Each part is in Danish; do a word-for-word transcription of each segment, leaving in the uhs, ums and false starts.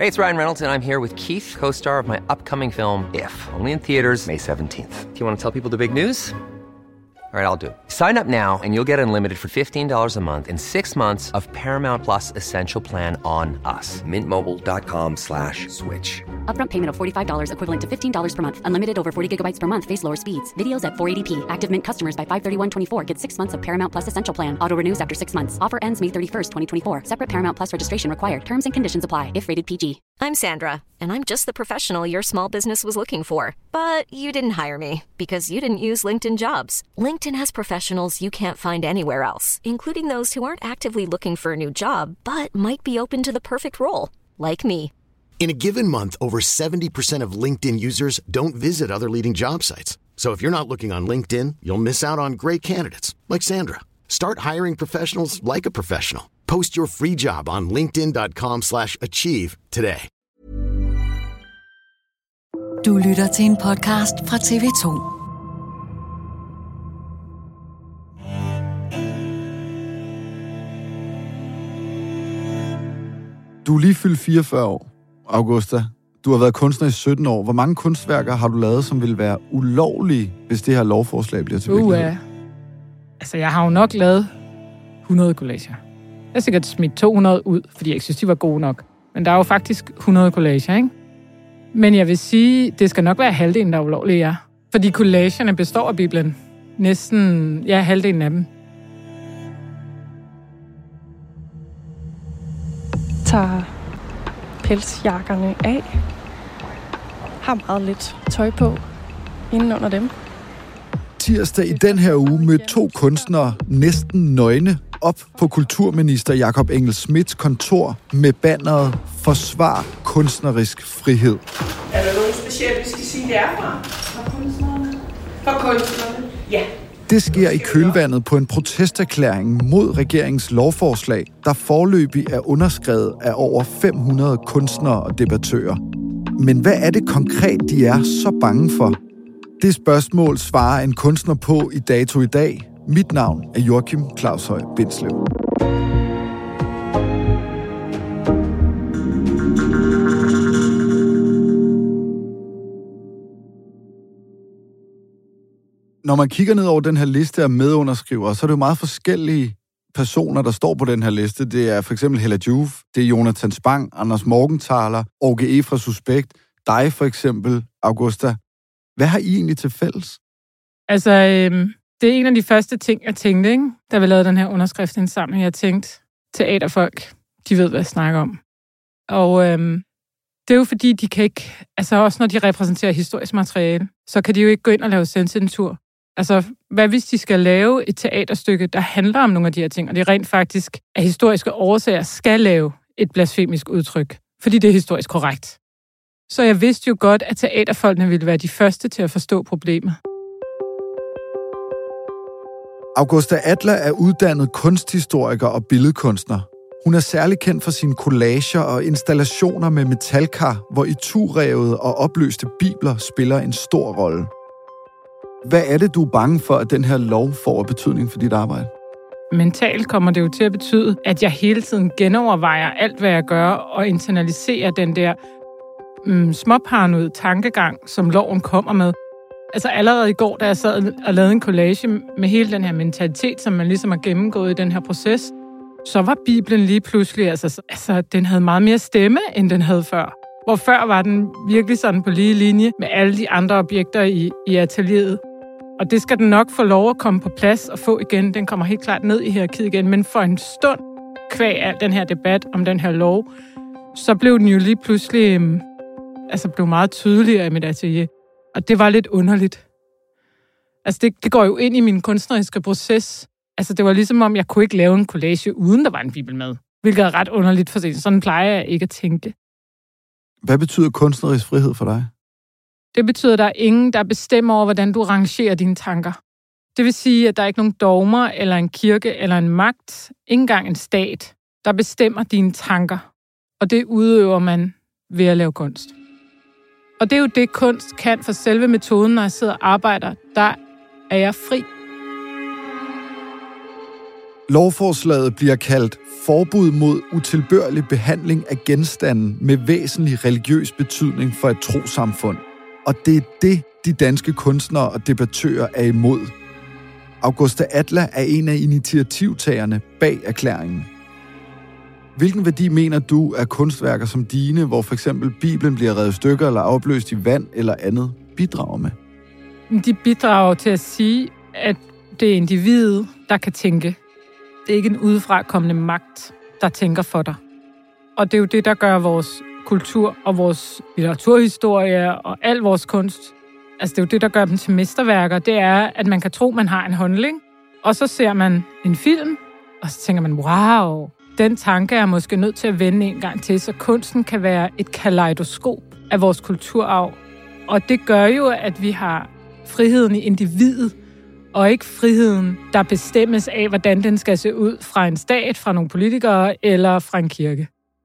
Hey, it's Ryan Reynolds, and I'm here with Keith, co-star of my upcoming film, If, only in theaters May seventeenth. Do you want to tell people the big news? All right, I'll do it. Sign up now and you'll get unlimited for fifteen dollars a month and six months of Paramount Plus Essential Plan on us. Mint Mobile dot com slash switch. Upfront payment of forty-five dollars equivalent to fifteen dollars per month. Unlimited over forty gigabytes per month. Face lower speeds. Videos at four eighty p. Active Mint customers by five thirty-one twenty-four get six months of Paramount Plus Essential Plan. Auto renews after six months. Offer ends May thirty-first, twenty twenty-four. Separate Paramount Plus registration required. Terms and conditions apply if rated P G. I'm Sandra, and I'm just the professional your small business was looking for. But you didn't hire me because you didn't use LinkedIn Jobs. LinkedIn has professionals you can't find anywhere else, including those who aren't actively looking for a new job, but might be open to the perfect role, like me. In a given month, over seventy percent of LinkedIn users don't visit other leading job sites. So if you're not looking on LinkedIn, you'll miss out on great candidates like Sandra. Start hiring professionals like a professional. Post your free job on linkedin dot com slash achieve today. Du lytter til en podcast fra T V to. Du er lige fyldt fireogfyrre år, Augusta. Du har været kunstner i sytten år. Hvor mange kunstværker har du lavet, som vil være ulovlige, hvis det her lovforslag bliver til virkelighed? Uh, altså, jeg har jo nok lavet hundrede collager. Jeg har sikkert smidt to hundrede ud, fordi jeg ikke synes, de var gode nok. Men der er jo faktisk hundrede collager, ikke? Men jeg vil sige, det skal nok være halvdelen, der er ulovlige, ja. Fordi collagerne består af Bibelen. Næsten, ja, halvdelen af dem. Tager pelsjakkerne af. Har meget lidt tøj på inden under dem. Tirsdag i den her uge mødte to kunstnere næsten nøgne op på kulturminister Jakob Engel-Schmidts kontor med banneret Forsvar kunstnerisk frihed. Er der noget specielt, vi skal sige, det er fra? Fra kunstnerne? Fra kunstnerne, ja. Det sker i kølvandet på en protesteerklæring mod regeringens lovforslag, der foreløbig er underskrevet af over fem hundrede kunstnere og debattører. Men hvad er det konkret, de er så bange for? Det spørgsmål svarer en kunstner på i Dato i dag. Mit navn er Joachim Claushøj Bindslev. Når man kigger ned over den her liste af medunderskrivere, så er det jo meget forskellige personer, der står på den her liste. Det er for eksempel Hella Joof, det er Jonathan Spang, Anders Morgenthaler, Åke E. fra Suspekt, dig for eksempel, Augusta. Hvad har I egentlig til fælles? Altså, øhm, det er en af de første ting, jeg tænkte, ikke? Da vi lavede den her underskriftsindsamling. Jeg tænkte, teaterfolk, de ved, hvad jeg snakker om. Og øhm, det er jo fordi, de kan ikke, altså også når de repræsenterer historisk materiale, så kan de jo ikke gå ind og lave selvcensur. Altså, hvad hvis de skal lave et teaterstykke, der handler om nogle af de her ting, og det er rent faktisk af historiske årsager skal lave et blasfemisk udtryk, fordi det er historisk korrekt. Så jeg vidste jo godt, at teaterfolkene ville være de første til at forstå problemet. Augusta Adler er uddannet kunsthistoriker og billedkunstner. Hun er særlig kendt for sine collager og installationer med metalkar, hvor iturevede og opløste bibler spiller en stor rolle. Hvad er det, du er bange for, at den her lov får betydning for dit arbejde? Mentalt kommer det jo til at betyde, at jeg hele tiden genovervejer alt, hvad jeg gør, og internaliserer den der mm, småparanoid tankegang, som loven kommer med. Altså allerede i går, da jeg sad og lavede en collage med hele den her mentalitet, som man ligesom har gennemgået i den her proces, så var Bibelen lige pludselig, altså, altså den havde meget mere stemme, end den havde før. Hvor før var den virkelig sådan på lige linje med alle de andre objekter i, i atelieret. Og det skal den nok få lov at komme på plads og få igen. Den kommer helt klart ned i hierarkiet igen. Men for en stund, kvæg af den her debat om den her lov, så blev den jo lige pludselig altså blev meget tydeligere i mit atelier. Og det var lidt underligt. Altså det, det går jo ind i min kunstneriske proces. Altså det var ligesom om, jeg kunne ikke lave en collage, uden der var en bibel med. Hvilket er ret underligt for sig. Sådan plejer jeg ikke at tænke. Hvad betyder kunstnerisk frihed for dig? Det betyder, at der er ingen, der bestemmer over, hvordan du rangerer dine tanker. Det vil sige, at der er ikke nogen dogmer, eller en kirke, eller en magt, ikke engang en stat, der bestemmer dine tanker. Og det udøver man ved at lave kunst. Og det er jo det, kunst kan for selve metoden, når jeg sidder og arbejder. Der er jeg fri. Lovforslaget bliver kaldt forbud mod utilbørlig behandling af genstande med væsentlig religiøs betydning for et trossamfund. Og det er det, de danske kunstnere og debattører er imod. Augusta Adler er en af initiativtagerne bag erklæringen. Hvilken værdi mener du, at kunstværker som dine, hvor for eksempel Bibelen bliver revet i stykker eller opløst i vand eller andet, bidrager med? De bidrager til at sige, at det er individet, der kan tænke. Det er ikke en udefrakommende magt, der tænker for dig. Og det er jo det, der gør vores kultur og vores litteraturhistorie og al vores kunst. Altså det er jo det, der gør dem til mesterværker. Det er, at man kan tro, man har en handling, og så ser man en film, og så tænker man, wow, den tanke er måske nødt til at vende en gang til, så kunsten kan være et kaleidoskop af vores kulturarv. Og det gør jo, at vi har friheden i individet, og ikke friheden, der bestemmes af, hvordan den skal se ud fra en stat, fra nogle politikere eller fra en kirke.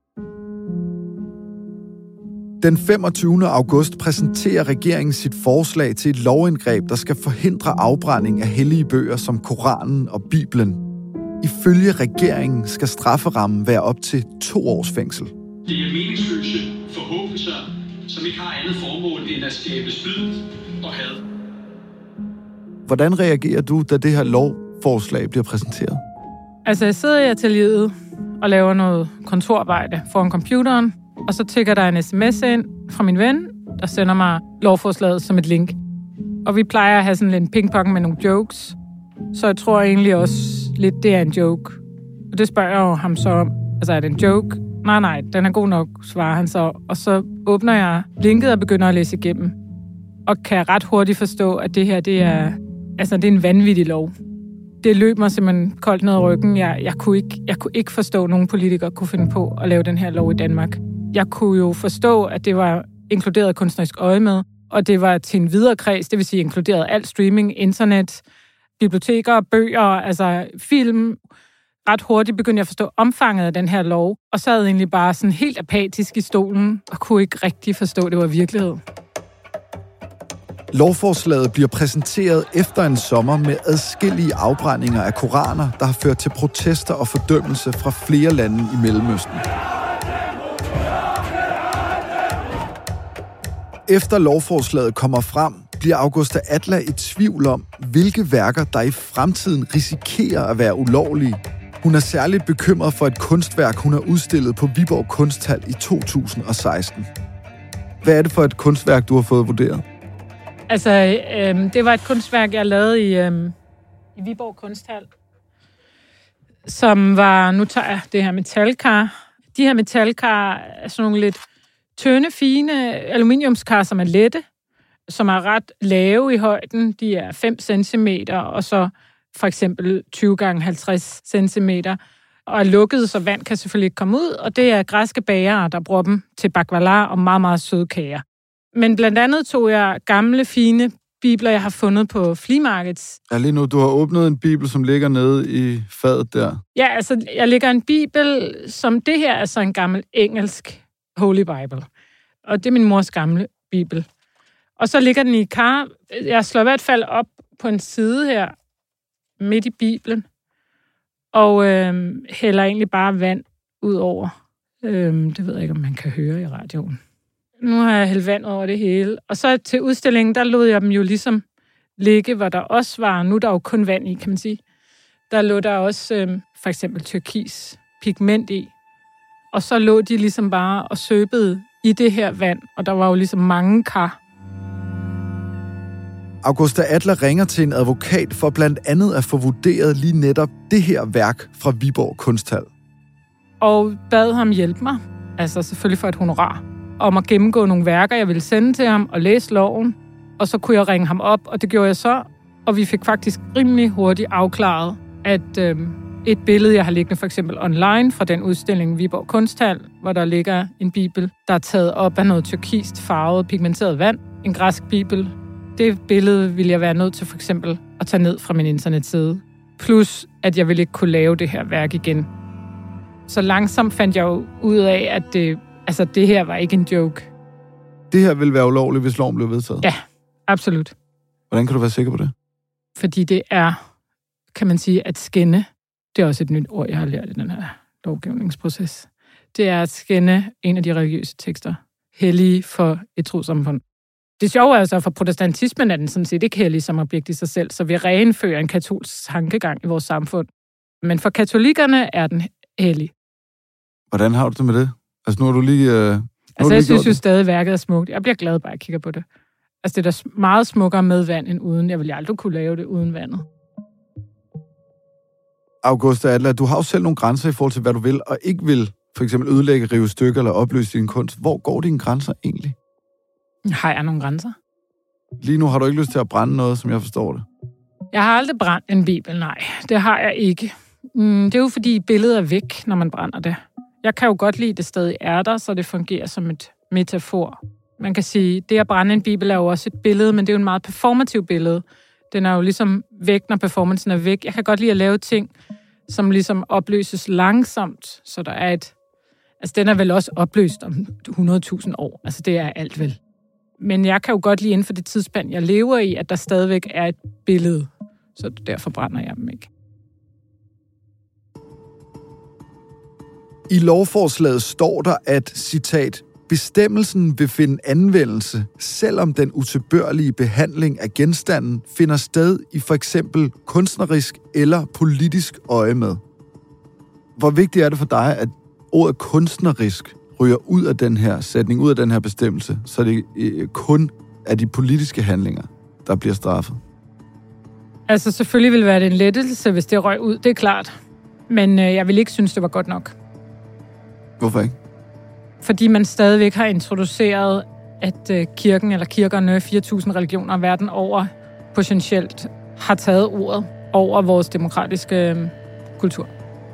Den femogtyvende august præsenterer regeringen sit forslag til et lovindgreb, der skal forhindre afbrænding af hellige bøger som Koranen og Bibelen. Ifølge regeringen skal strafferammen være op til to års fængsel. Det er meningsløse forhåbelser, som ikke har andet formål end at skabe splid og had. Hvordan reagerer du, da det her lovforslag bliver præsenteret? Altså, jeg sidder i atelieret og laver noget kontorarbejde foran computeren, og så tikker der en sms ind fra min ven, der sender mig lovforslaget som et link. Og vi plejer at have sådan en pingpong med nogle jokes, så jeg tror egentlig også lidt, det er en joke. Og det spørger jeg jo ham så om. Altså, er det en joke? Nej, nej, den er god nok, svarer han så. Og så åbner jeg linket og begynder at læse igennem. Og kan ret hurtigt forstå, at det her, det er, altså, det er en vanvittig lov. Det løb mig simpelthen koldt ned ad ryggen. Jeg, jeg, kunne ikke, jeg kunne ikke forstå, at nogen politikere kunne finde på at lave den her lov i Danmark. Jeg kunne jo forstå, at det var inkluderet kunstnerisk øje med, og det var til en videre kreds, det vil sige inkluderet alt streaming, internet, biblioteker, bøger, altså film. Ret hurtigt begyndte jeg at forstå omfanget af den her lov, og sad egentlig bare sådan helt apatisk i stolen, og kunne ikke rigtig forstå, at det var virkelighed. Lovforslaget bliver præsenteret efter en sommer med adskillige afbrændinger af koraner, der har ført til protester og fordømmelse fra flere lande i Mellemøsten. Efter lovforslaget kommer frem, bliver Augusta Adler i tvivl om, hvilke værker, der i fremtiden risikerer at være ulovlige. Hun er særligt bekymret for et kunstværk, hun har udstillet på Viborg Kunsthal i to tusind og seksten. Hvad er det for et kunstværk, du har fået vurderet? Altså, øh, det var et kunstværk, jeg lavede i, øh, i Viborg Kunsthal, som var, nu tager jeg det her metalkar. De her metalkar er sådan nogle lidt tynde, fine aluminiumskar, som er lette, som er ret lave i højden. De er fem centimeter, og så for eksempel tyve gange halvtreds centimeter, og er lukket, så vand kan selvfølgelig ikke komme ud, og det er græske bagere, der bruger dem til baklava og meget, meget søde kager. Men blandt andet tog jeg gamle, fine bibler, jeg har fundet på flea markets. Ja, lige nu, du har åbnet en bibel, som ligger nede i fadet der. Ja, altså, jeg lægger en bibel, som det her er så en gammel engelsk Holy Bible. Og det er min mors gamle bibel. Og så ligger den i kar. Jeg slår i hvert fald op på en side her, midt i bibelen, og øh, hælder egentlig bare vand ud over. Øh, det ved jeg ikke, om man kan høre i radioen. Nu har jeg hældt vand over det hele. Og så til udstillingen, der lod jeg dem jo ligesom ligge, hvor der også var, nu er der jo kun vand i, kan man sige. Der lå der også øh, for eksempel turkis pigment i. Og så lå de ligesom bare og søbede i det her vand, og der var jo ligesom mange kar. Augusta Adler ringer til en advokat for blandt andet at få vurderet lige netop det her værk fra Viborg Kunsthal. Og bad ham hjælpe mig, altså selvfølgelig for et honorar, om at gennemgå nogle værker, jeg ville sende til ham og læse loven. Og så kunne jeg ringe ham op, og det gjorde jeg så. Og vi fik faktisk rimelig hurtigt afklaret, at øh, et billede, jeg har liggende for eksempel online fra den udstilling Viborg Kunsthal, hvor der ligger en bibel, der er taget op af noget turkist farvet pigmenteret vand, en græsk bibel. Det billede ville jeg være nødt til for eksempel at tage ned fra min internetside. Plus, at jeg ville ikke kunne lave det her værk igen. Så langsomt fandt jeg jo ud af, at det, altså, det her var ikke en joke. Det her ville være ulovligt, hvis loven blev vedtaget? Ja, absolut. Hvordan kan du være sikker på det? Fordi det er, kan man sige, at skænde det er også et nyt ord, jeg har lært i den her lovgivningsproces, det er at skænde en af de religiøse tekster hellige for et trossamfund. Det sjove er altså, for protestantismen er den sådan set ikke hellig som objekt i sig selv, så vi renfører en katolsk tankegang i vores samfund. Men for katolikkerne er den hellig. Hvordan har du det med det? Altså nu har du lige... Øh, altså jeg synes jo stadig, værket er smukt. Jeg bliver glad, bare jeg kigger på det. Altså det er da meget smukkere med vand end uden. Jeg ville aldrig kunne lave det uden vandet. Augusta Adler, du har jo selv nogle grænser i forhold til, hvad du vil og ikke vil. For eksempel ødelægge, rive stykker eller opløse din kunst. Hvor går dine grænser egentlig? Har jeg nogle grænser? Lige nu har du ikke lyst til at brænde noget, som jeg forstår det. Jeg har aldrig brændt en bibel, nej. Det har jeg ikke. Det er jo fordi billedet er væk, når man brænder det. Jeg kan jo godt lide, at det stadig er der, så det fungerer som et metafor. Man kan sige, det at brænde en bibel er jo også et billede, men det er jo en meget performativ billede. Den er jo ligesom væk, når performancen er væk. Jeg kan godt lide at lave ting, som ligesom opløses langsomt, så der er et... Altså, den er vel også opløst om hundrede tusind år. Altså, det er alt vel. Men jeg kan jo godt lide inden for det tidsspand, jeg lever i, at der stadigvæk er et billede. Så derfor brænder jeg dem ikke. I lovforslaget står der, at, citat, bestemmelsen vil finde anvendelse, selvom den utilbørlige behandling af genstanden finder sted i for eksempel kunstnerisk eller politisk øjemed. Hvor vigtigt er det for dig, at ordet kunstnerisk ryger ud af den her sætning, ud af den her bestemmelse, så det kun er de politiske handlinger, der bliver straffet? Altså selvfølgelig ville det være en lettelse, hvis det røg ud, det er klart. Men øh, jeg vil ikke synes, det var godt nok. Hvorfor ikke? Fordi man stadigvæk har introduceret, at øh, kirken eller kirkerne, fire tusind religioner verden over, potentielt har taget ordet over vores demokratiske øh, kultur.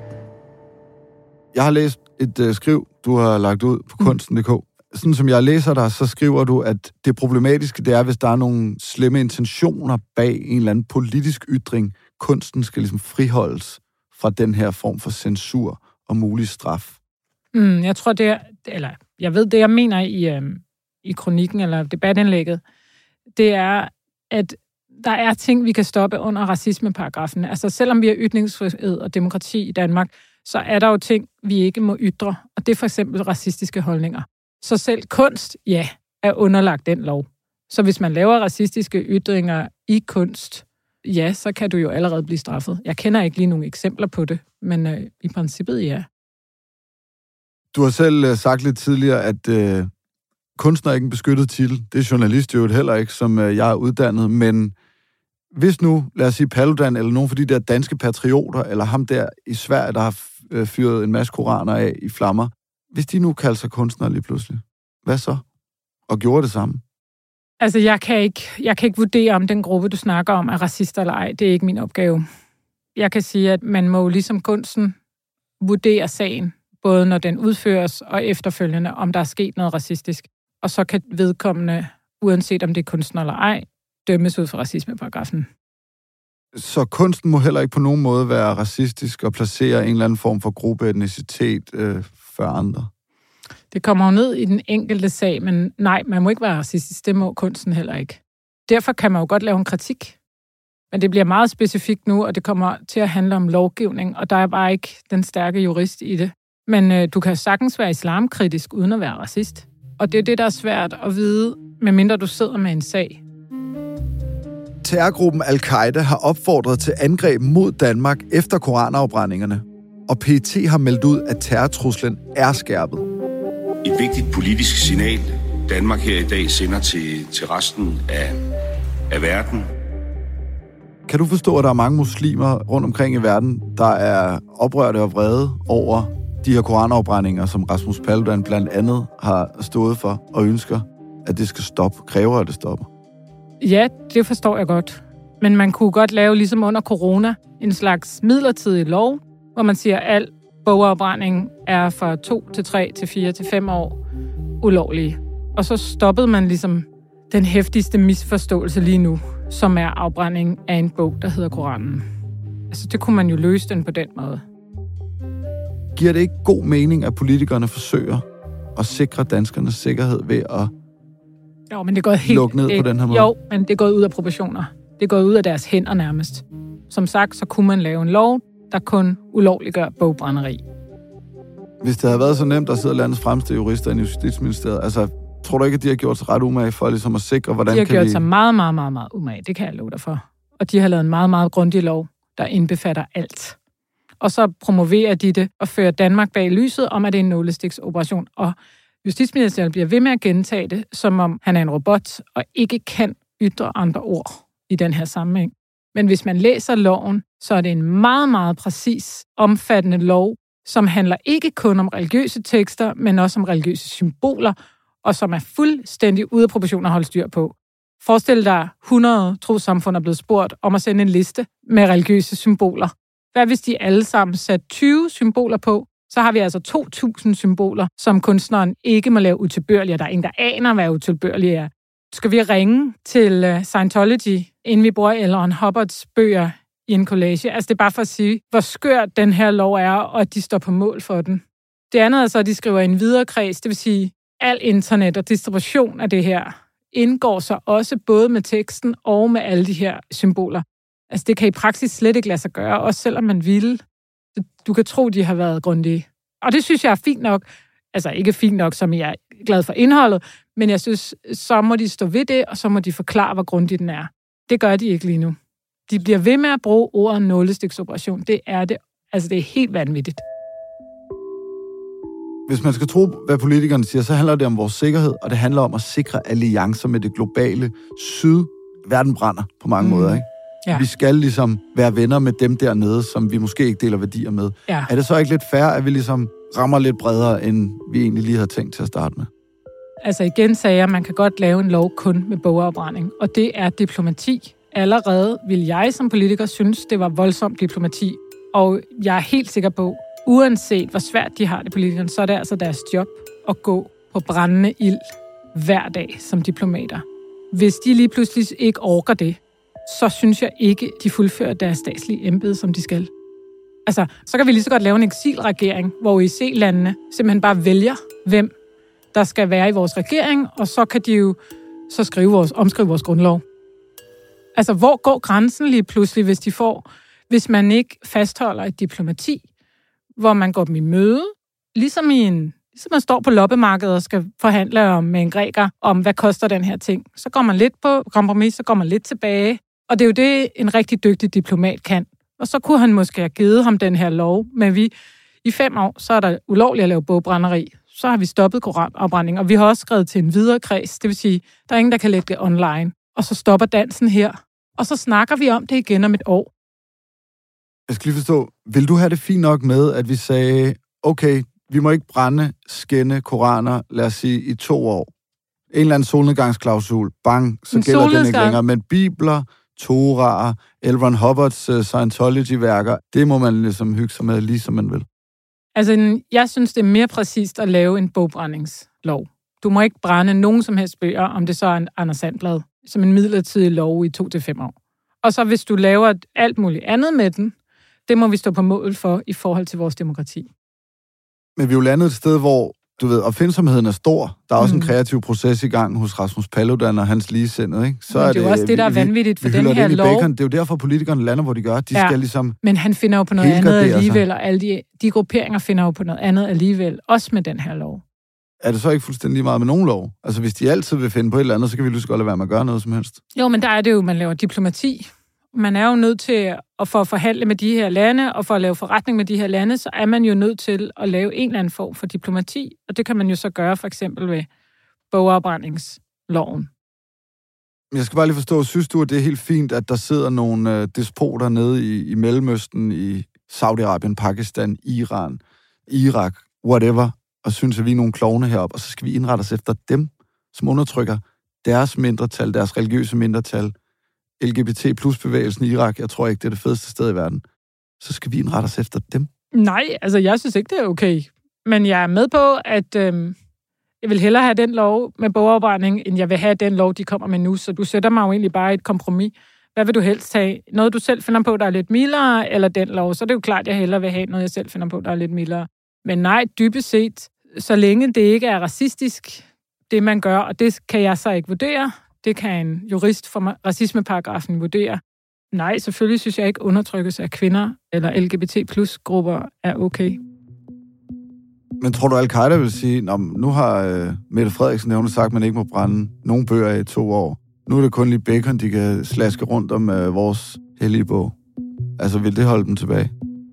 Jeg har læst et øh, skriv, du har lagt ud på kunsten punktum d k. Sådan som jeg læser dig, så skriver du, at det problematiske, det er, hvis der er nogle slemme intentioner bag en eller anden politisk ytring. Kunsten skal ligesom friholdes fra den her form for censur og mulig straf. Mm, jeg tror, det er... Eller, jeg ved, det jeg mener i, øh, i kronikken eller debatindlægget, det er, at der er ting, vi kan stoppe under racismeparagrafen. Altså, selvom vi har ytringsfrihed og demokrati i Danmark, så er der jo ting, vi ikke må ytre, og det er for eksempel racistiske holdninger. Så selv kunst, ja, er underlagt den lov. Så hvis man laver racistiske ytringer i kunst, ja, så kan du jo allerede blive straffet. Jeg kender ikke lige nogle eksempler på det, men øh, i princippet ja. Du har selv øh, sagt lidt tidligere, at øh, kunstner er ikke en beskyttet titel. Det er journalist jo heller ikke, som øh, jeg er uddannet, men hvis nu, lad os sige Paludan, eller nogen for de der danske patrioter, eller ham der i Sverige, der har fyret en masse koraner af i flammer, hvis de nu kalder sig kunstnere lige pludselig, hvad så? Og gjorde det samme? Altså, jeg kan ikke, jeg kan ikke vurdere, om den gruppe, du snakker om, er racister eller ej. Det er ikke min opgave. Jeg kan sige, at man må ligesom kunsten vurdere sagen, både når den udføres og efterfølgende, om der er sket noget racistisk. Og så kan vedkommende, uanset om det er kunstner eller ej, dømmes ud for racismeparagrafen. Så kunsten må heller ikke på nogen måde være racistisk og placere en eller anden form for gruppeetnicitet øh, for andre? Det kommer jo ned i den enkelte sag, men nej, man må ikke være racistisk. Det må kunsten heller ikke. Derfor kan man jo godt lave en kritik. Men det bliver meget specifikt nu, og det kommer til at handle om lovgivning, og der er bare ikke den stærke jurist i det. Men øh, du kan sagtens være islamkritisk uden at være racist. Og det er det, der er svært at vide, medmindre du sidder med en sag. Terrorgruppen Al-Qaida har opfordret til angreb mod Danmark efter koranafbrændingerne, og P E T har meldt ud, at terrortruslen er skærpet. Et vigtigt politisk signal, Danmark her i dag sender til, til resten af, af verden. Kan du forstå, at der er mange muslimer rundt omkring i verden, der er oprørte og vrede over de her koranafbrændinger, som Rasmus Paludan blandt andet har stået for og ønsker, at det skal stoppe, kræver, at det stopper? Ja, det forstår jeg godt. Men man kunne godt lave, ligesom under corona, en slags midlertidig lov, hvor man siger, at al bogafbrænding er fra to til tre til fire til fem år ulovlige. Og så stoppede man ligesom den heftigste misforståelse lige nu, som er afbrænding af en bog, der hedder Koranen. Altså, det kunne man jo løse den på den måde. Giver det ikke god mening, at politikerne forsøger at sikre danskernes sikkerhed ved at jo, men det går helt, lukke ned det, på den her måde? Jo, men det går ud af proportioner. Det går ud af deres hænder nærmest. Som sagt, så kunne man lave en lov, der kun ulovliggør bogbrænderi. Hvis det havde været så nemt at sidde landets fremste jurister i Justitsministeriet, altså, tror du ikke, at de har gjort sig ret umage for ligesom at sikre, hvordan kan vi... De har gjort vi... sig meget, meget, meget, meget umage. Det kan jeg love dig for. Og de har lavet en meget, meget grundig lov, der indbefatter alt. Og så promoverer de det og fører Danmark bag lyset om, at det er en nålestiksoperation. Og Justitsministeriet bliver ved med at gentage det, som om han er en robot og ikke kan ytre andre ord i den her sammenhæng. Men hvis man læser loven, så er det en meget, meget præcis, omfattende lov, som handler ikke kun om religiøse tekster, men også om religiøse symboler, og som er fuldstændig ude af proportioner at holde styr på. Forestil dig, hundrede trossamfund er blevet spurgt om at sende en liste med religiøse symboler. Hvad hvis de alle sammen satte tyve symboler på? Så har vi altså to tusind symboler, som kunstneren ikke må lave utilbørlige, og der er ingen, der aner, hvad utilbørlige er. Skal vi ringe til Scientology, inden vi bruger L. Ron Hubbards bøger i en collage? Altså det er bare for at sige, hvor skør den her lov er, og at de står på mål for den. Det andet er så, at de skriver en videre kreds, det vil sige, al internet og distribution af det her indgår så også både med teksten og med alle de her symboler. Altså det kan i praksis slet ikke lade sig gøre, også selvom man ville. Du kan tro, de har været grundige. Og det synes jeg er fint nok. Altså ikke fint nok, som jeg er glad for indholdet, men jeg synes, så må de stå ved det, og så må de forklare, hvor grundig den er. Det gør de ikke lige nu. De bliver ved med at bruge ordet nålestiksoperation. Det er det. Altså det er helt vanvittigt. Hvis man skal tro, hvad politikerne siger, så handler det om vores sikkerhed, og det handler om at sikre alliancer med det globale syd. Verden brænder på mange mm. måder, ikke? Ja. Vi skal ligesom være venner med dem dernede, som vi måske ikke deler værdier med. Ja. Er det så ikke lidt fair, at vi ligesom rammer lidt bredere, end vi egentlig lige havde tænkt til at starte med? Altså igen sagde jeg, at man kan godt lave en lov kun med bogafbrænding, og det er diplomati. Allerede vil jeg som politiker synes, det var voldsomt diplomati, og jeg er helt sikker på, uanset hvor svært de har det politikerne, så er det altså deres job at gå på brændende ild hver dag som diplomater. Hvis de lige pludselig ikke orker det, så synes jeg ikke, de fuldfører deres statslige embede, som de skal. Altså, så kan vi lige så godt lave en eksilregering, hvor O E C-landene simpelthen bare vælger, hvem der skal være i vores regering, og så kan de jo så skrive vores, omskrive vores grundlov. Altså, hvor går grænsen lige pludselig, hvis de får, hvis man ikke fastholder et diplomati, hvor man går dem i møde, ligesom i en, ligesom man står på loppemarkedet og skal forhandle om, med en græker om, hvad koster den her ting. Så går man lidt på kompromis, så går man lidt tilbage, og det er jo det, en rigtig dygtig diplomat kan. Og så kunne han måske have givet ham den her lov, men vi i fem år, så er der ulovligt at lave bogbrænderi. Så har vi stoppet koranafbrænding, og vi har også skrevet til en videre kreds, det vil sige, der er ingen, der kan lægge det online. Og så stopper dansen her, og så snakker vi om det igen om et år. Jeg skal lige forstå, vil du have det fint nok med, at vi sagde, okay, vi må ikke brænde, skænde koraner, lad os sige, i to år. En eller anden solnedgangsklausul, bang, så en gælder den ikke længere. Men bibler, toraer, L. Ron Hubbards uh, Scientology-værker, det må man ligesom hygge sig med, lige som man vil. Altså, jeg synes, det er mere præcist at lave en bogbrændingslov. Du må ikke brænde nogen som helst bøger, om det så er en Anders Sandblad, som en midlertidig lov i to til fem år. Og så hvis du laver alt muligt andet med den, det må vi stå på mål for i forhold til vores demokrati. Men vi er jo landet et sted, hvor, du ved, opfindsomheden er stor. Der er også mm. en kreativ proces i gang hos Rasmus Paludan og hans ligesindede, ikke? Så men det er jo også det, der er vanvittigt for den her lov. Det er jo derfor, politikerne lander, hvor de gør. De ja, skal ligesom men han finder jo på noget andet alligevel, og alle de, de grupperinger finder jo på noget andet alligevel, også med den her lov. Er det så ikke fuldstændig meget med nogen lov? Altså, hvis de altid vil finde på et eller andet, så kan vi lige så godt lade være med at gøre noget som helst. Jo, men der er det jo, man laver diplomati. Man er jo nødt til at for at forhandle med de her lande, og for at lave forretning med de her lande, så er man jo nødt til at lave en eller anden form for diplomati, og det kan man jo så gøre for eksempel ved bogafbrændingsloven. Jeg skal bare lige forstå, synes du, at det er helt fint, at der sidder nogle øh, despoter nede i, i Mellemøsten, i Saudi-Arabien, Pakistan, Iran, Irak, whatever, og synes, at vi er nogle klovne heroppe, og så skal vi indrette os efter dem, som undertrykker deres mindretal, deres religiøse mindretal, L G B T plus bevægelsen i Irak, jeg tror ikke, det er det fedeste sted i verden. Så skal vi indrette os efter dem. Nej, altså jeg synes ikke, det er okay. Men jeg er med på, at øh, jeg vil hellere have den lov med bogafbrænding, end jeg vil have den lov, de kommer med nu. Så du sætter mig jo egentlig bare et kompromis. Hvad vil du helst have? Noget, du selv finder på, der er lidt mildere, eller den lov? Så er det jo klart, at jeg hellere vil have noget, jeg selv finder på, der er lidt mildere. Men nej, dybest set, så længe det ikke er racistisk, det man gør, og det kan jeg så ikke vurdere, det kan en jurist for racismeparagrafen vurdere, Nej, selvfølgelig synes jeg ikke, undertrykkelse af kvinder eller L G B T plus grupper er okay. Men tror du, Al-Qaida vil sige, nu har øh, Mette Frederiksen nævnt sagt, at man ikke må brænde nogen bøger i to år. Nu er det kun lige bacon, de kan slaske rundt om øh, vores hellige bog. Altså, vil det holde dem tilbage?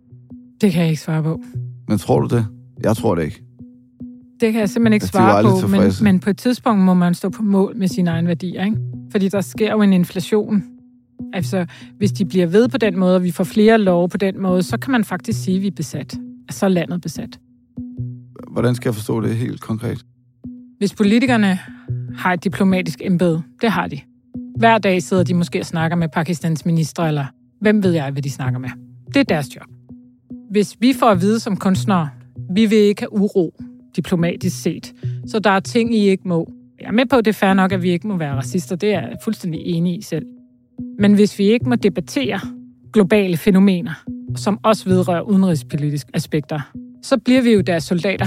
Det kan jeg ikke svare på. Men tror du det? Jeg tror det ikke. Det kan jeg simpelthen ikke svare på, men, men på et tidspunkt må man stå på mål med sine egne værdier, ikke? Fordi der sker jo en inflation. Altså, hvis de bliver ved på den måde, og vi får flere love på den måde, så kan man faktisk sige, at vi er besat. Så er landet besat. Hvordan skal jeg forstå det helt konkret? Hvis politikerne har et diplomatisk embede, det har de. Hver dag sidder de måske og snakker med Pakistans minister, eller hvem ved jeg, hvad de snakker med. Det er deres job. Hvis vi får at vide som kunstnere, vi vil ikke have uro, diplomatisk set, så der er ting, I ikke må. Jeg er med på, at det er fair nok, at vi ikke må være racister. Det er jeg fuldstændig enig i selv. Men hvis vi ikke må debattere globale fænomener, som også vedrører udenrigspolitiske aspekter, så bliver vi jo deres soldater.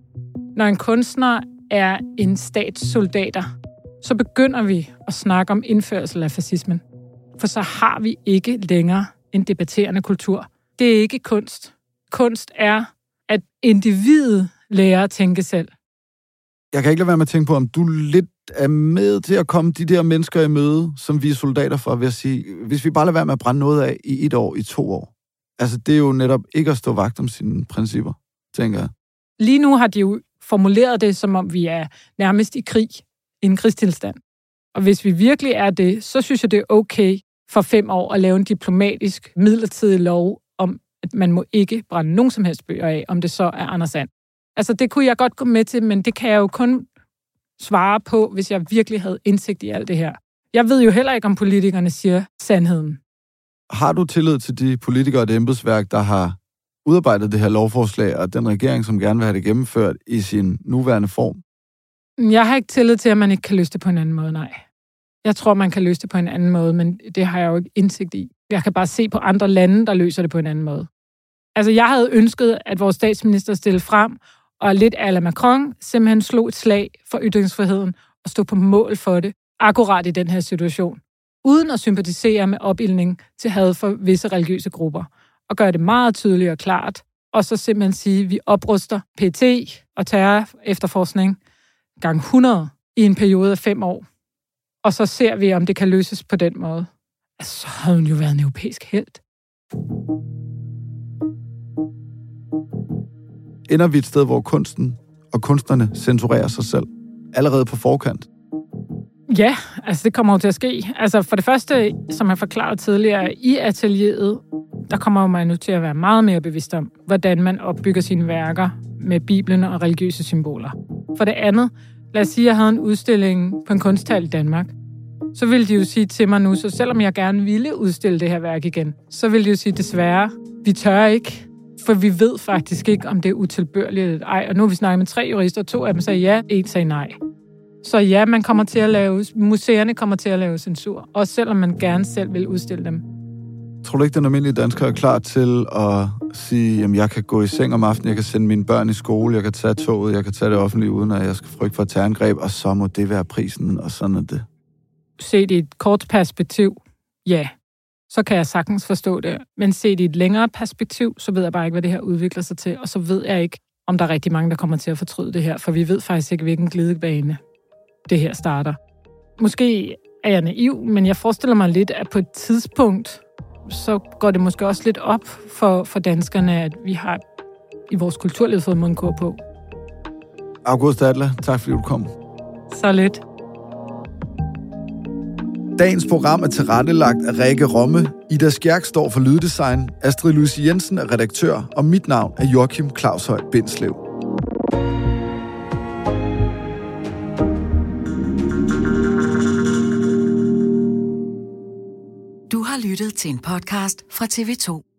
Når en kunstner er en statssoldater, så begynder vi at snakke om indførsel af fascismen. For så har vi ikke længere en debatterende kultur. Det er ikke kunst. Kunst er, at individet lærer at tænke selv. Jeg kan ikke lade være med at tænke på, om du lidt er med til at komme de der mennesker i møde, som vi er soldater for, ved at sige, hvis vi bare lader være med at brænde noget af i et år, i to år. Altså, det er jo netop ikke at stå vagt om sine principper, tænker jeg. Lige nu har de jo formuleret det, som om vi er nærmest i krig, i en krigstilstand. Og hvis vi virkelig er det, så synes jeg, det er okay for fem år at lave en diplomatisk, midlertidig lov om, at man må ikke brænde nogen som helst bøger af, om det så er Anders And. Altså, det kunne jeg godt gå med til, men det kan jeg jo kun svare på, hvis jeg virkelig havde indsigt i alt det her. Jeg ved jo heller ikke, om politikerne siger sandheden. Har du tillid til de politikere og det embedsværk, der har udarbejdet det her lovforslag, og den regering, som gerne vil have det gennemført i sin nuværende form? Jeg har ikke tillid til, at man ikke kan løse det på en anden måde, nej. Jeg tror, man kan løse det på en anden måde, men det har jeg jo ikke indsigt i. Jeg kan bare se på andre lande, der løser det på en anden måde. Altså, jeg havde ønsket, at vores statsminister stillede frem, og lidt a la Macron simpelthen slog et slag for ytringsfriheden og stod på mål for det, akkurat i den her situation, uden at sympatisere med opildning til had for visse religiøse grupper, og gøre det meget tydeligt og klart, og så simpelthen sige, at vi opruster P E T og terror efterforskning gang hundrede i en periode af fem år, og så ser vi, om det kan løses på den måde. Altså, så havde hun jo været en europæisk helt. Ender vi et sted, hvor kunsten og kunstnerne censurerer sig selv, allerede på forkant? Ja, altså det kommer jo til at ske. Altså for det første, som jeg forklarede tidligere, i atelieret, der kommer man nu til at være meget mere bevidst om, hvordan man opbygger sine værker med Bibelen og religiøse symboler. For det andet, lad os sige, at jeg havde en udstilling på en kunsthal i Danmark. Så ville de jo sige til mig nu, så selvom jeg gerne ville udstille det her værk igen, så ville de jo sige, desværre, vi tør ikke, for vi ved faktisk ikke, om det er utilbørligt eller ej. Og nu har vi snakket med tre jurister, og to af dem sagde ja, en sagde nej. Så ja, man kommer til at lave, museerne kommer til at lave censur, også selvom man gerne selv vil udstille dem. Tror du ikke, den almindelige dansker er klar til at sige, at jeg kan gå i seng om aftenen, jeg kan sende mine børn i skole, jeg kan tage toget, jeg kan tage det offentlige, uden at jeg skal frygte for et terrorangreb, og så må det være prisen, og sådan er det? Set i et kort perspektiv, ja, så kan jeg sagtens forstå det. Men set i et længere perspektiv, så ved jeg bare ikke, hvad det her udvikler sig til, og så ved jeg ikke, om der er rigtig mange, der kommer til at fortryde det her, for vi ved faktisk ikke, hvilken glidebane det her starter. Måske er jeg naiv, men jeg forestiller mig lidt, at på et tidspunkt, så går det måske også lidt op for, for danskerne, at vi har i vores kulturliv fået mundkur på. Augusta Adler, tak fordi du kom. Så lidt. Dagens program er tilrettelagt af Rikke Romme. Ida Skjærk står for lyddesign. Astrid Louise Jensen er redaktør, og mit navn er Joachim Claushøj Bindslev. Du har lyttet til en podcast fra T V to.